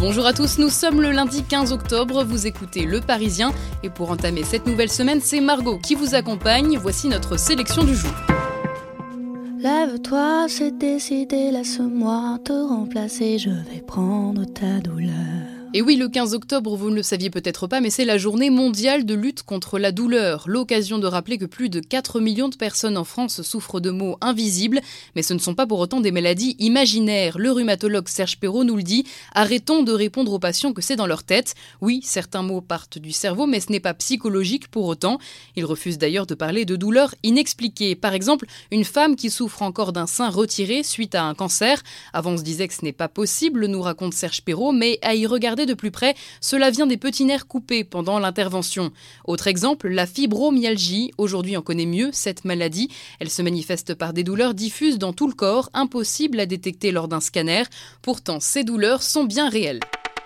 Bonjour à tous, nous sommes le lundi 15 octobre, vous écoutez Le Parisien et pour entamer cette nouvelle semaine, c'est Margot qui vous accompagne. Voici notre sélection du jour. Lève-toi, c'est décidé, laisse-moi te remplacer, je vais prendre ta douleur. Et oui, le 15 octobre, vous ne le saviez peut-être pas, mais c'est la journée mondiale de lutte contre la douleur. L'occasion de rappeler que plus de 4 millions de personnes en France souffrent de maux invisibles, mais ce ne sont pas pour autant des maladies imaginaires. Le rhumatologue Serge Perrault nous le dit, arrêtons de répondre aux patients que c'est dans leur tête. Oui, certains maux partent du cerveau, mais ce n'est pas psychologique pour autant. Il refuse d'ailleurs de parler de douleurs inexpliquées. Par exemple, une femme qui souffre encore d'un sein retiré suite à un cancer. Avant, on se disait que ce n'est pas possible, nous raconte Serge Perrault, mais à y regarder de plus près, cela vient des petits nerfs coupés pendant l'intervention. Autre exemple, la fibromyalgie. Aujourd'hui, on connaît mieux cette maladie. Elle se manifeste par des douleurs diffuses dans tout le corps, impossibles à détecter lors d'un scanner. Pourtant, ces douleurs sont bien réelles.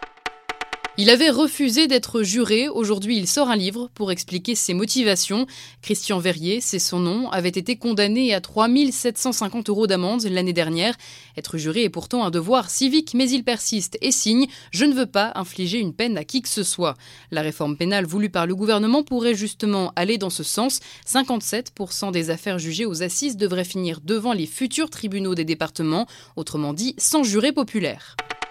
Il avait refusé d'être juré. Aujourd'hui, il sort un livre pour expliquer ses motivations. Christian Verrier, c'est son nom, avait été condamné à 3 750 € d'amende l'année dernière. Être juré est pourtant un devoir civique, mais il persiste et signe « Je ne veux pas infliger une peine à qui que ce soit ». La réforme pénale voulue par le gouvernement pourrait justement aller dans ce sens. 57% des affaires jugées aux assises devraient finir devant les futurs tribunaux des départements, autrement dit sans juré populaire.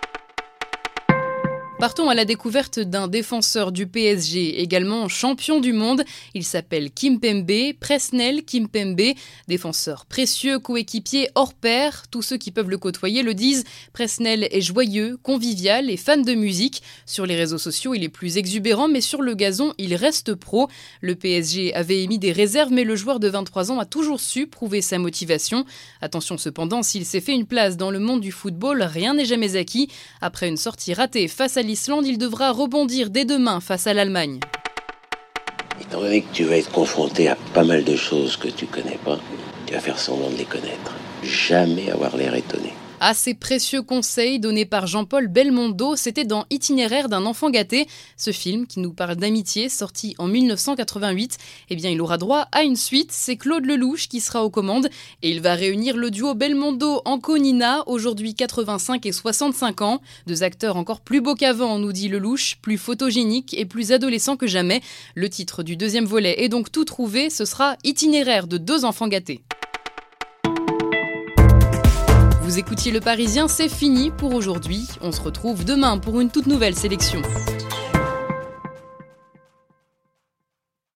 Partons à la découverte d'un défenseur du PSG, également champion du monde. Il s'appelle Kimpembe, Presnel Kimpembe, défenseur précieux, coéquipier hors pair. Tous ceux qui peuvent le côtoyer le disent. Presnel est joyeux, convivial et fan de musique. Sur les réseaux sociaux, il est plus exubérant, mais sur le gazon, il reste pro. Le PSG avait émis des réserves, mais le joueur de 23 ans a toujours su prouver sa motivation. Attention cependant, s'il s'est fait une place dans le monde du football, rien n'est jamais acquis. Après une sortie ratée face à l'Islande, il devra rebondir dès demain face à l'Allemagne. Étant donné que tu vas être confronté à pas mal de choses que tu connais pas, tu vas faire semblant de les connaître. Jamais avoir l'air étonné. À ces précieux conseils donnés par Jean-Paul Belmondo, c'était dans Itinéraire d'un enfant gâté. Ce film qui nous parle d'amitié, sorti en 1988, eh bien il aura droit à une suite. C'est Claude Lelouch qui sera aux commandes et il va réunir le duo Belmondo-Anconina, aujourd'hui 85 et 65 ans. Deux acteurs encore plus beaux qu'avant, nous dit Lelouch, plus photogéniques et plus adolescents que jamais. Le titre du deuxième volet est donc tout trouvé, ce sera Itinéraire de deux enfants gâtés. Vous écoutiez Le Parisien, c'est fini pour aujourd'hui. On se retrouve demain pour une toute nouvelle sélection.